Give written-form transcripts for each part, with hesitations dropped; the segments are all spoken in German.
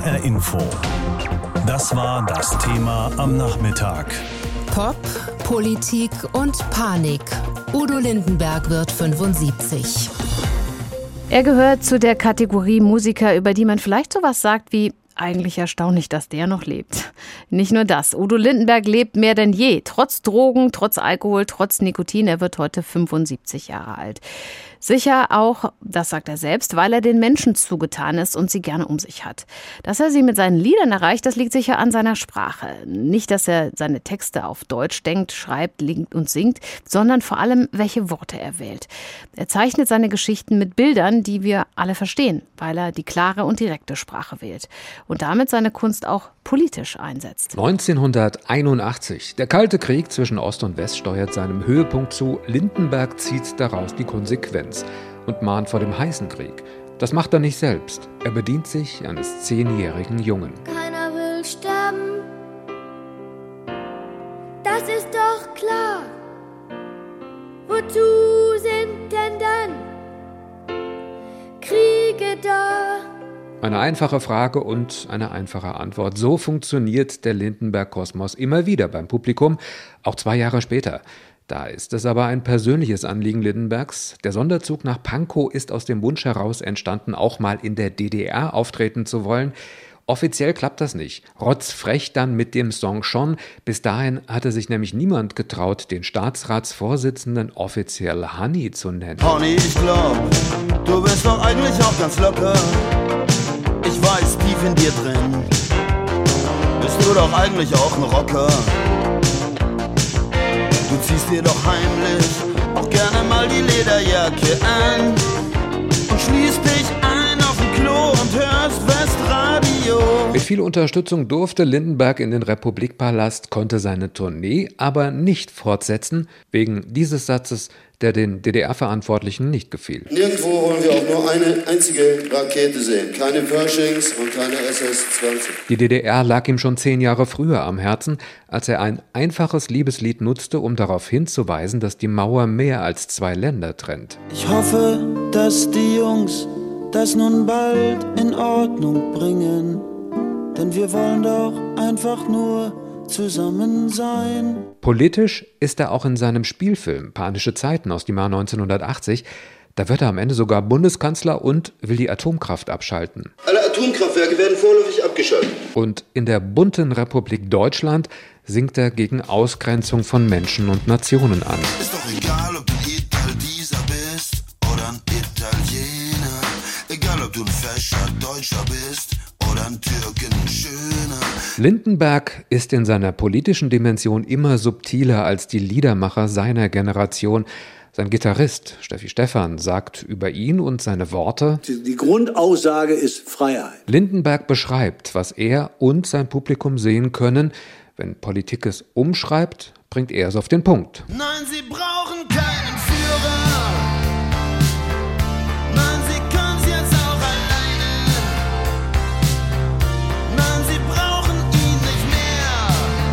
HR Info. Das war das Thema am Nachmittag. Pop, Politik und Panik. Udo Lindenberg wird 75. Er gehört zu der Kategorie Musiker, über die man vielleicht sowas sagt wie: Eigentlich erstaunlich, dass der noch lebt. Nicht nur das. Udo Lindenberg lebt mehr denn je. Trotz Drogen, trotz Alkohol, trotz Nikotin. Er wird heute 75 Jahre alt. Sicher auch, das sagt er selbst, weil er den Menschen zugetan ist und sie gerne um sich hat. Dass er sie mit seinen Liedern erreicht, das liegt sicher an seiner Sprache. Nicht, dass er seine Texte auf Deutsch denkt, schreibt und singt, sondern vor allem, welche Worte er wählt. Er zeichnet seine Geschichten mit Bildern, die wir alle verstehen, weil er die klare und direkte Sprache wählt und damit seine Kunst auch politisch einsetzt. 1981. Der Kalte Krieg zwischen Ost und West steuert seinem Höhepunkt zu. Lindenberg zieht daraus die Konsequenz und mahnt vor dem heißen Krieg. Das macht er nicht selbst. Er bedient sich eines 10-jährigen Jungen. Keiner will sterben, das ist doch klar. Wozu sind denn dann Kriege da? Eine einfache Frage und eine einfache Antwort. So funktioniert der Lindenberg-Kosmos immer wieder beim Publikum, auch 2 Jahre später. Da ist es aber ein persönliches Anliegen Lindenbergs. Der Sonderzug nach Pankow ist aus dem Wunsch heraus entstanden, auch mal in der DDR auftreten zu wollen. Offiziell klappt das nicht. Rotzfrech dann mit dem Song schon. Bis dahin hatte sich nämlich niemand getraut, den Staatsratsvorsitzenden offiziell Honey zu nennen. Honey, ich glaub, du bist doch eigentlich auch ganz locker. Ich weiß, tief in dir drin bist du doch eigentlich auch ein Rocker. Du ziehst dir doch heimlich auch gerne mal die Lederjacke an und schließt dich ein auf dem Klo und hörst Westradio. Mit viel Unterstützung durfte Lindenberg in den Republikpalast, konnte seine Tournee aber nicht fortsetzen, wegen dieses Satzes, der den DDR-Verantwortlichen nicht gefiel. Nirgendwo wollen wir auch nur eine einzige Rakete sehen. Keine Pershings und keine SS-20. Die DDR lag ihm schon 10 Jahre früher am Herzen, als er ein einfaches Liebeslied nutzte, um darauf hinzuweisen, dass die Mauer mehr als 2 Länder trennt. Ich hoffe, dass die Jungs das nun bald in Ordnung bringen, denn wir wollen doch einfach nur zusammen sein. Politisch ist er auch in seinem Spielfilm Panische Zeiten aus dem Jahr 1980. Da wird er am Ende sogar Bundeskanzler und will die Atomkraft abschalten. Alle Atomkraftwerke werden vorläufig abgeschaltet. Und in der bunten Republik Deutschland singt er gegen Ausgrenzung von Menschen und Nationen an. Ist doch egal, ob du Italiener bist oder ein Italiener. Egal, ob du ein fescher Deutscher bist oder ein Türken, ein Schöner. Lindenberg ist in seiner politischen Dimension immer subtiler als die Liedermacher seiner Generation. Sein Gitarrist Steffi Stephan sagt über ihn und seine Worte: Die Grundaussage ist Freiheit. Lindenberg beschreibt, was er und sein Publikum sehen können. Wenn Politik es umschreibt, bringt er es auf den Punkt. Nein, sie brauchen keinen Führer. Nein, sie können's jetzt auch alleine. Nein, sie brauchen ihn nicht mehr.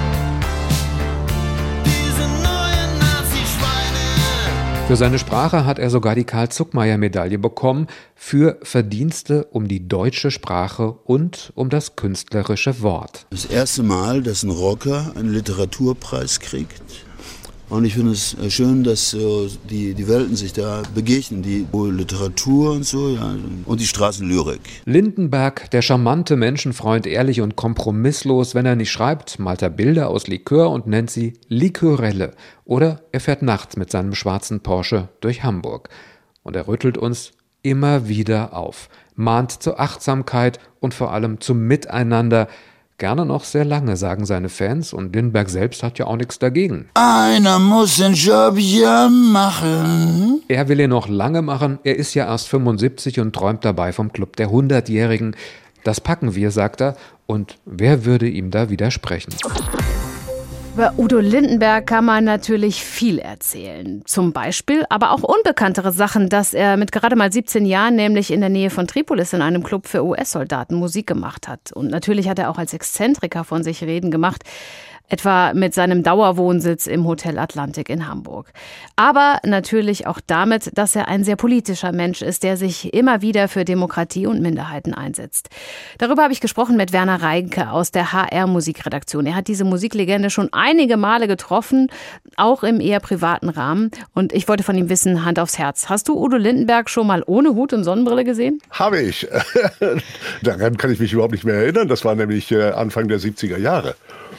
Diese neuen Nazi-Schweine. Für seine Sprache hat er sogar die Karl-Zuckmayer-Medaille bekommen für Verdienste um die deutsche Sprache und um das künstlerische Wort. Das erste Mal, dass ein Rocker einen Literaturpreis kriegt. Und ich finde es schön, dass die Welten sich da begegnen, die Literatur und so, ja, und die Straßenlyrik. Lindenberg, der charmante Menschenfreund, ehrlich und kompromisslos. Wenn er nicht schreibt, malt er Bilder aus Likör und nennt sie Likörelle. Oder er fährt nachts mit seinem schwarzen Porsche durch Hamburg. Und er rüttelt uns immer wieder auf, mahnt zur Achtsamkeit und vor allem zum Miteinander. Gerne noch sehr lange, sagen seine Fans, und Lindenberg selbst hat ja auch nichts dagegen. Einer muss den Job ja machen. Er will ihn noch lange machen, er ist ja erst 75 und träumt dabei vom Club der 100-Jährigen. Das packen wir, sagt er, und wer würde ihm da widersprechen? Über Udo Lindenberg kann man natürlich viel erzählen. Zum Beispiel aber auch unbekanntere Sachen, dass er mit gerade mal 17 Jahren nämlich in der Nähe von Tripolis in einem Club für US-Soldaten Musik gemacht hat. Und natürlich hat er auch als Exzentriker von sich reden gemacht. etwa mit seinem Dauerwohnsitz im Hotel Atlantik in Hamburg. Aber natürlich auch damit, dass er ein sehr politischer Mensch ist, der sich immer wieder für Demokratie und Minderheiten einsetzt. Darüber habe ich gesprochen mit Werner Reinke aus der HR-Musikredaktion. Er hat diese Musiklegende schon einige Male getroffen, auch im eher privaten Rahmen. Und ich wollte von ihm wissen, Hand aufs Herz. Hast du Udo Lindenberg schon mal ohne Hut und Sonnenbrille gesehen? Habe ich. Daran kann ich mich überhaupt nicht mehr erinnern. Das war nämlich Anfang der 70er Jahre.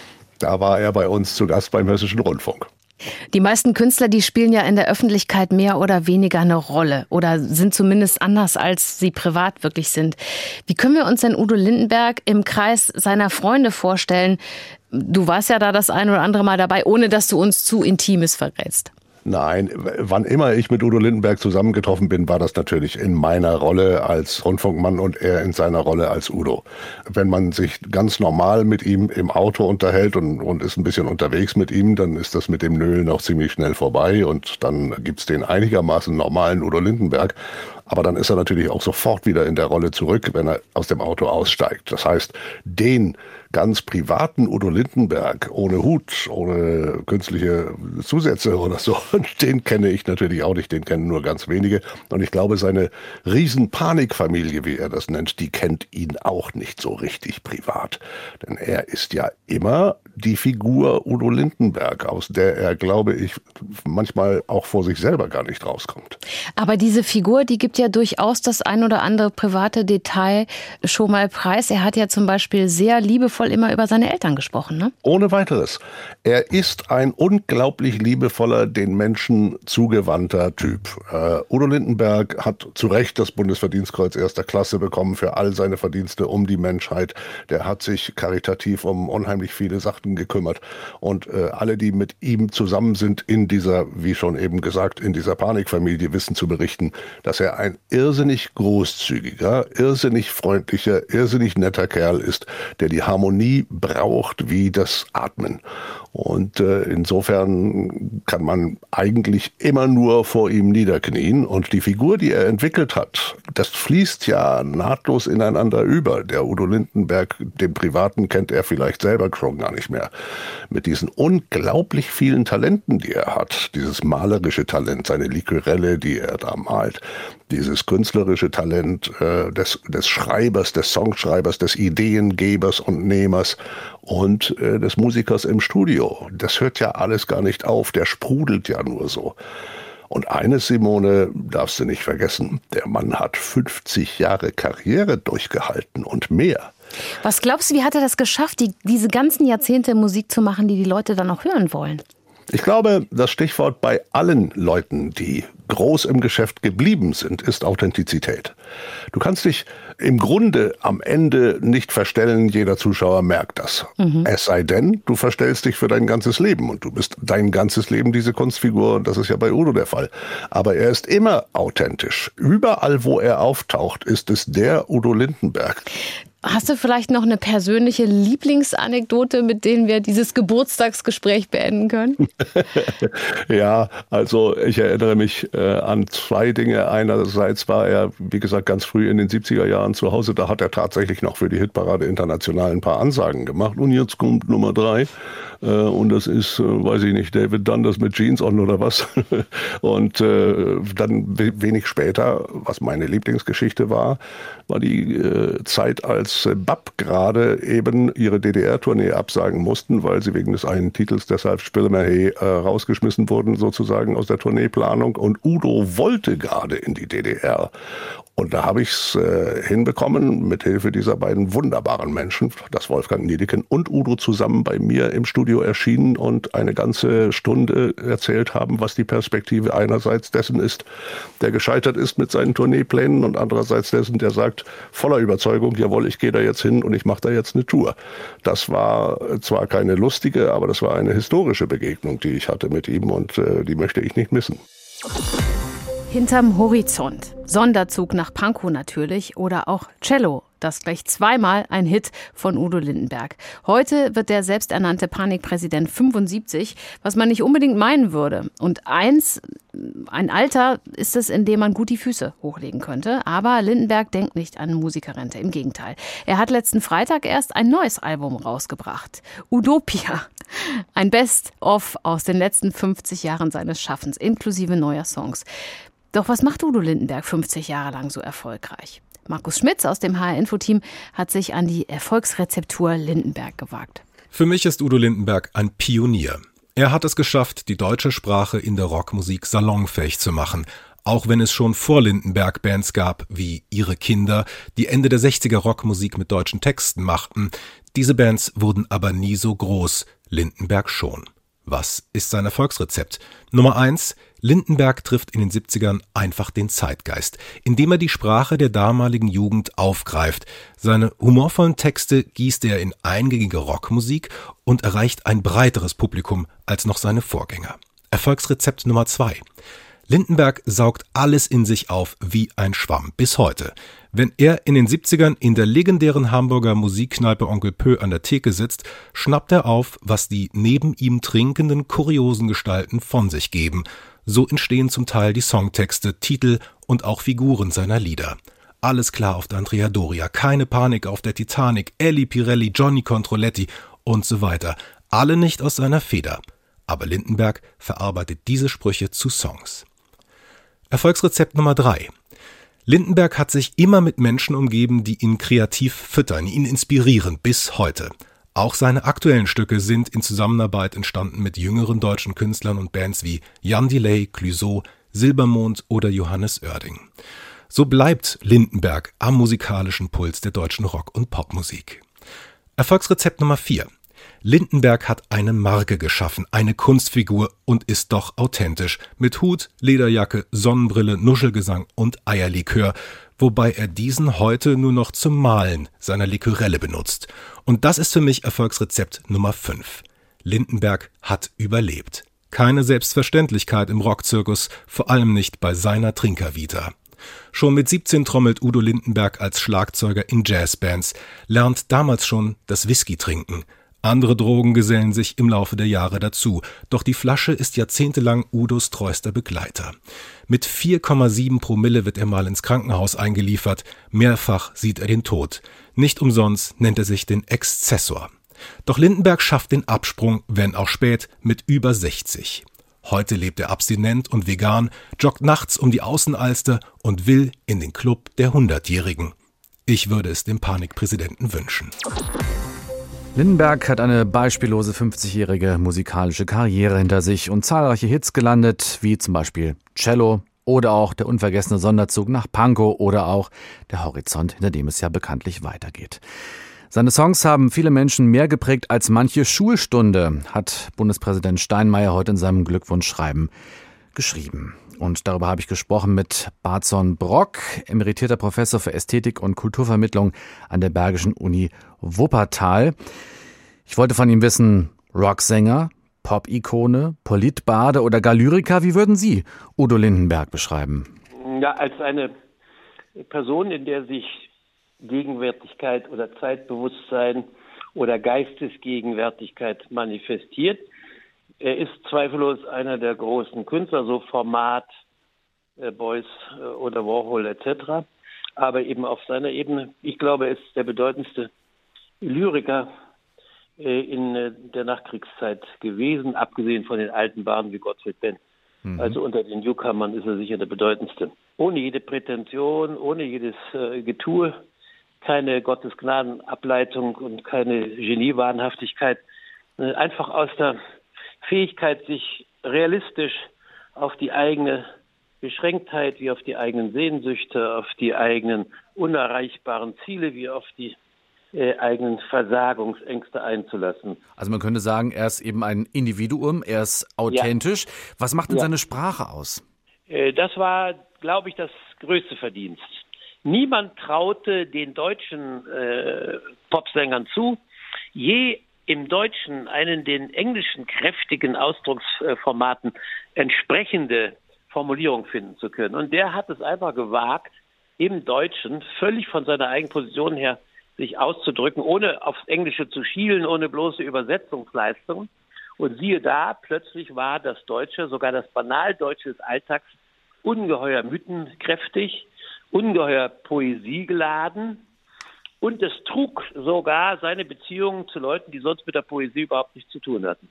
Da war er bei uns zu Gast beim Hessischen Rundfunk. Die meisten Künstler, die spielen ja in der Öffentlichkeit mehr oder weniger eine Rolle oder sind zumindest anders, als sie privat wirklich sind. Wie können wir uns denn Udo Lindenberg im Kreis seiner Freunde vorstellen? Du warst ja da das ein oder andere Mal dabei, ohne dass du uns zu Intimes verrätst. Nein, wann immer ich mit Udo Lindenberg zusammengetroffen bin, war das natürlich in meiner Rolle als Rundfunkmann und er in seiner Rolle als Udo. Wenn man sich ganz normal mit ihm im Auto unterhält und ist ein bisschen unterwegs mit ihm, dann ist das mit dem Nölen auch ziemlich schnell vorbei und dann gibt's den einigermaßen normalen Udo Lindenberg. Aber dann ist er natürlich auch sofort wieder in der Rolle zurück, wenn er aus dem Auto aussteigt. Das heißt, den ganz privaten Udo Lindenberg ohne Hut, ohne künstliche Zusätze oder so, den kenne ich natürlich auch nicht, den kennen nur ganz wenige. Und ich glaube, seine Riesen-Panikfamilie, wie er das nennt, die kennt ihn auch nicht so richtig privat. Denn er ist ja immer die Figur Udo Lindenberg, aus der er, glaube ich, manchmal auch vor sich selber gar nicht rauskommt. Aber diese Figur, die gibt ja durchaus das ein oder andere private Detail schon mal preis. Er hat ja zum Beispiel sehr liebevoll immer über seine Eltern gesprochen, ne? Ohne weiteres. Er ist ein unglaublich liebevoller, den Menschen zugewandter Typ. Udo Lindenberg hat zu Recht das Bundesverdienstkreuz erster Klasse bekommen für all seine Verdienste um die Menschheit. Der hat sich karitativ um unheimlich viele Sachen gekümmert. Und alle, die mit ihm zusammen sind in dieser, wie schon eben gesagt, in dieser Panikfamilie, wissen zu berichten, dass er ein irrsinnig großzügiger, irrsinnig freundlicher, irrsinnig netter Kerl ist, der die Harmonie braucht wie das Atmen. Und insofern kann man eigentlich immer nur vor ihm niederknien. Und die Figur, die er entwickelt hat, das fließt ja nahtlos ineinander über. Der Udo Lindenberg, den Privaten, kennt er vielleicht selber schon gar nicht mehr. Mit diesen unglaublich vielen Talenten, die er hat, dieses malerische Talent, seine Liquorelle, die er da malt, dieses künstlerische Talent des Schreibers, des Songschreibers, des Ideengebers und Nehmers und des Musikers im Studio. Das hört ja alles gar nicht auf, der sprudelt ja nur so. Und eines, Simone, darfst du nicht vergessen, der Mann hat 50 Jahre Karriere durchgehalten und mehr. Was glaubst du, wie hat er das geschafft, diese ganzen Jahrzehnte Musik zu machen, die Leute dann noch hören wollen? Ich glaube, das Stichwort bei allen Leuten, die groß im Geschäft geblieben sind, ist Authentizität. Du kannst dich im Grunde am Ende nicht verstellen, jeder Zuschauer merkt das. Es sei denn, du verstellst dich für dein ganzes Leben und du bist dein ganzes Leben diese Kunstfigur und das ist ja bei Udo der Fall. Aber er ist immer authentisch. Überall, wo er auftaucht, ist es der Udo Lindenberg. Hast du vielleicht noch eine persönliche Lieblingsanekdote, mit denen wir dieses Geburtstagsgespräch beenden können? Ja, also ich erinnere mich an zwei Dinge. Einerseits war er, wie gesagt, ganz früh in den 70er Jahren zu Hause. Da hat er tatsächlich noch für die Hitparade international ein paar Ansagen gemacht. Und jetzt kommt Nummer 3. Und das ist, weiß ich nicht, David Dundas mit Jeans on oder was. Und dann wenig später, was meine Lieblingsgeschichte war die Zeit, als BAP gerade eben ihre DDR-Tournee absagen mussten, weil sie wegen des einen Titels, deshalb Spille mir he, rausgeschmissen wurden sozusagen aus der Tourneeplanung. Und Udo wollte gerade in die DDR. Und da habe ich es hinbekommen, mit Hilfe dieser beiden wunderbaren Menschen, dass Wolfgang Niedecken und Udo zusammen bei mir im Studio erschienen und eine ganze Stunde erzählt haben, was die Perspektive einerseits dessen ist, der gescheitert ist mit seinen Tourneeplänen und andererseits dessen, der sagt, voller Überzeugung, jawohl, ich gehe da jetzt hin und ich mache da jetzt eine Tour. Das war zwar keine lustige, aber das war eine historische Begegnung, die ich hatte mit ihm und die möchte ich nicht missen. Hinterm Horizont. Sonderzug nach Pankow natürlich oder auch Cello. Das gleich zweimal ein Hit von Udo Lindenberg. Heute wird der selbsternannte Panikpräsident 75, was man nicht unbedingt meinen würde. Und ein Alter ist es, in dem man gut die Füße hochlegen könnte. Aber Lindenberg denkt nicht an Musikerrente, im Gegenteil. Er hat letzten Freitag erst ein neues Album rausgebracht. Udopia. Ein Best-of aus den letzten 50 Jahren seines Schaffens, inklusive neuer Songs. Doch was macht Udo Lindenberg 50 Jahre lang so erfolgreich? Markus Schmitz aus dem HR-Info-Team hat sich an die Erfolgsrezeptur Lindenberg gewagt. Für mich ist Udo Lindenberg ein Pionier. Er hat es geschafft, die deutsche Sprache in der Rockmusik salonfähig zu machen. Auch wenn es schon vor Lindenberg Bands gab, wie Ihre Kinder, die Ende der 60er Rockmusik mit deutschen Texten machten. Diese Bands wurden aber nie so groß, Lindenberg schon. Was ist sein Erfolgsrezept? Nummer 1. Lindenberg trifft in den 70ern einfach den Zeitgeist, indem er die Sprache der damaligen Jugend aufgreift. Seine humorvollen Texte gießt er in eingängige Rockmusik und erreicht ein breiteres Publikum als noch seine Vorgänger. Erfolgsrezept Nummer 2. Lindenberg saugt alles in sich auf wie ein Schwamm, bis heute. Wenn er in den 70ern in der legendären Hamburger Musikkneipe Onkel Pö an der Theke sitzt, schnappt er auf, was die neben ihm trinkenden kuriosen Gestalten von sich geben. So entstehen zum Teil die Songtexte, Titel und auch Figuren seiner Lieder. Alles klar auf der Andrea Doria, keine Panik auf der Titanic, Elli Pirelli, Johnny Controletti und so weiter. Alle nicht aus seiner Feder. Aber Lindenberg verarbeitet diese Sprüche zu Songs. Erfolgsrezept Nummer 3. Lindenberg hat sich immer mit Menschen umgeben, die ihn kreativ füttern, ihn inspirieren, bis heute. Auch seine aktuellen Stücke sind in Zusammenarbeit entstanden mit jüngeren deutschen Künstlern und Bands wie Jan Delay, Clouseau, Silbermond oder Johannes Oerding. So bleibt Lindenberg am musikalischen Puls der deutschen Rock- und Popmusik. Erfolgsrezept Nummer 4. Lindenberg hat eine Marke geschaffen, eine Kunstfigur und ist doch authentisch. Mit Hut, Lederjacke, Sonnenbrille, Nuschelgesang und Eierlikör. Wobei er diesen heute nur noch zum Malen seiner Likörelle benutzt. Und das ist für mich Erfolgsrezept Nummer 5. Lindenberg hat überlebt. Keine Selbstverständlichkeit im Rockzirkus, vor allem nicht bei seiner Trinkervita. Schon mit 17 trommelt Udo Lindenberg als Schlagzeuger in Jazzbands, lernt damals schon das Whisky trinken. Andere Drogen gesellen sich im Laufe der Jahre dazu, doch die Flasche ist jahrzehntelang Udos treuster Begleiter. Mit 4,7 Promille wird er mal ins Krankenhaus eingeliefert, mehrfach sieht er den Tod. Nicht umsonst nennt er sich den Exzessor. Doch Lindenberg schafft den Absprung, wenn auch spät, mit über 60. Heute lebt er abstinent und vegan, joggt nachts um die Außenalster und will in den Club der 100-Jährigen. Ich würde es dem Panikpräsidenten wünschen. Lindenberg hat eine beispiellose 50-jährige musikalische Karriere hinter sich und zahlreiche Hits gelandet, wie zum Beispiel Cello oder auch der unvergessene Sonderzug nach Pankow oder auch der Horizont, hinter dem es ja bekanntlich weitergeht. Seine Songs haben viele Menschen mehr geprägt als manche Schulstunde, hat Bundespräsident Steinmeier heute in seinem Glückwunschschreiben geschrieben. Und darüber habe ich gesprochen mit Barzon Brock, emeritierter Professor für Ästhetik und Kulturvermittlung an der Bergischen Uni Wuppertal. Ich wollte von ihm wissen, Rocksänger, Pop-Ikone, Politbade oder gar Lyriker, wie würden Sie Udo Lindenberg beschreiben? Ja, als eine Person, in der sich Gegenwärtigkeit oder Zeitbewusstsein oder Geistesgegenwärtigkeit manifestiert. Er ist zweifellos einer der großen Künstler, so Format, Beuys oder Warhol etc. Aber eben auf seiner Ebene, ich glaube, er ist der bedeutendste Lyriker in der Nachkriegszeit gewesen, abgesehen von den alten Barden wie Gottfried Benn. Also unter den Newcomern ist er sicher der bedeutendste. Ohne jede Prätension, ohne jedes Getue, keine Gottesgnadenableitung und keine Geniewahnhaftigkeit. Einfach aus der Fähigkeit, sich realistisch auf die eigene Beschränktheit, wie auf die eigenen Sehnsüchte, auf die eigenen unerreichbaren Ziele, wie auf die eigenen Versagungsängste einzulassen. Also man könnte sagen, er ist eben ein Individuum, er ist authentisch. Ja. Was macht denn seine Sprache aus? Das war, glaube ich, das größte Verdienst. Niemand traute den deutschen Popsängern zu, je im Deutschen einen den englischen kräftigen Ausdrucksformaten entsprechende Formulierung finden zu können. Und der hat es einfach gewagt, im Deutschen völlig von seiner eigenen Position her sich auszudrücken, ohne aufs Englische zu schielen, ohne bloße Übersetzungsleistungen. Und siehe da, plötzlich war das Deutsche, sogar das Banaldeutsche des Alltags, ungeheuer mythenkräftig, ungeheuer poesiegeladen. Und es trug sogar seine Beziehungen zu Leuten, die sonst mit der Poesie überhaupt nichts zu tun hatten.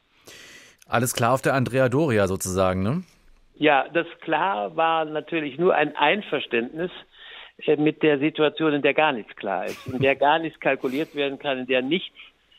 Alles klar auf der Andrea Doria sozusagen, ne? Ja, das klar war natürlich nur ein Einverständnis mit der Situation, in der gar nichts klar ist, in der gar nichts kalkuliert werden kann, in der nichts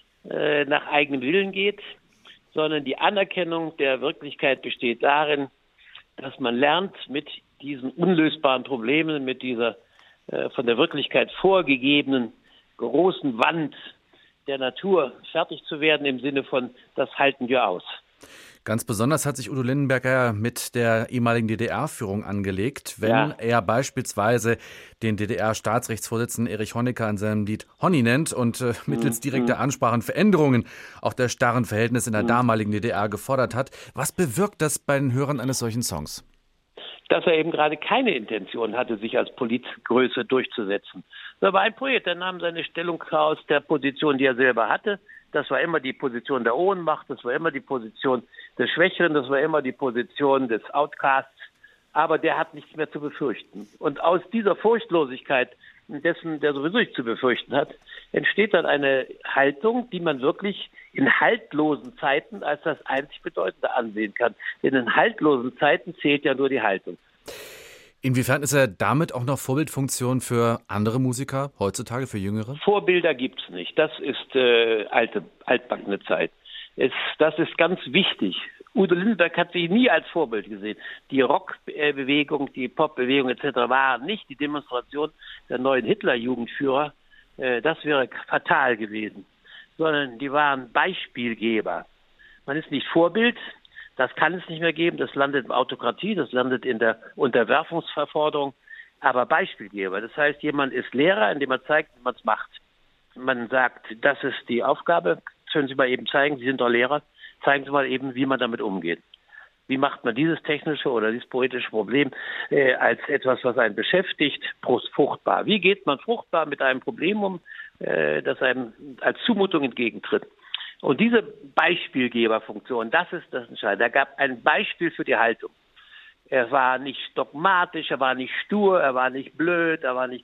nach eigenem Willen geht, sondern die Anerkennung der Wirklichkeit besteht darin, dass man lernt, mit diesen unlösbaren Problemen, mit dieser von der Wirklichkeit vorgegebenen großen Wand der Natur fertig zu werden, im Sinne von, das halten wir aus. Ganz besonders hat sich Udo Lindenberg ja mit der ehemaligen DDR-Führung angelegt, wenn er beispielsweise den DDR-Staatsrechtsvorsitzenden Erich Honecker in seinem Lied Honny nennt und mittels direkter Ansprachen Veränderungen auch der starren Verhältnisse in der damaligen DDR gefordert hat. Was bewirkt das bei den Hörern eines solchen Songs? Dass er eben gerade keine Intention hatte, sich als Politgröße durchzusetzen. Er war ein Poet, der nahm seine Stellung aus der Position, die er selber hatte. Das war immer die Position der Ohnmacht, das war immer die Position des Schwächeren, das war immer die Position des Outcasts. Aber der hat nichts mehr zu befürchten. Und aus dieser Furchtlosigkeit, dessen, der sowieso nichts zu befürchten hat, entsteht dann eine Haltung, die man wirklich in haltlosen Zeiten als das einzig Bedeutende ansehen kann. Denn in haltlosen Zeiten zählt ja nur die Haltung. Inwiefern ist er damit auch noch Vorbildfunktion für andere Musiker heutzutage, für Jüngere? Vorbilder gibt es nicht. Das ist altbackene Zeit. Das ist ganz wichtig. Udo Lindenberg hat sich nie als Vorbild gesehen. Die Rockbewegung, die Popbewegung etc. war nicht die Demonstration der neuen Hitler-Jugendführer. Das wäre fatal gewesen. Sondern die waren Beispielgeber. Man ist nicht Vorbild. Das kann es nicht mehr geben. Das landet in Autokratie, das landet in der Unterwerfungsverforderung. Aber Beispielgeber, das heißt, jemand ist Lehrer, indem er zeigt, wie man es macht. Man sagt, das ist die Aufgabe. Können Sie mal eben zeigen, Sie sind doch Lehrer. Zeigen Sie mal eben, wie man damit umgeht. Wie macht man dieses technische oder dieses poetische Problem als etwas, was einen beschäftigt, fruchtbar? Wie geht man fruchtbar mit einem Problem um, das einem als Zumutung entgegentritt? Und diese Beispielgeberfunktion, das ist das Entscheidende. Er gab ein Beispiel für die Haltung. Er war nicht dogmatisch, er war nicht stur, er war nicht blöd, er war nicht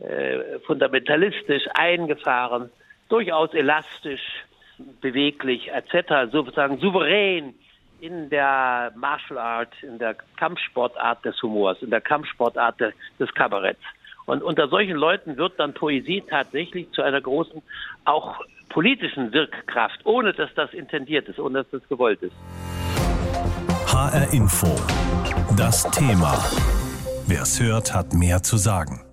fundamentalistisch, eingefahren, durchaus elastisch, beweglich etc., sozusagen souverän in der Martial Art, in der Kampfsportart des Humors, in der Kampfsportart des Kabaretts. Und unter solchen Leuten wird dann Poesie tatsächlich zu einer großen, auch politischen Wirkkraft, ohne dass das intendiert ist, ohne dass das gewollt ist. HR Info. Das Thema. Wer es hört, hat mehr zu sagen.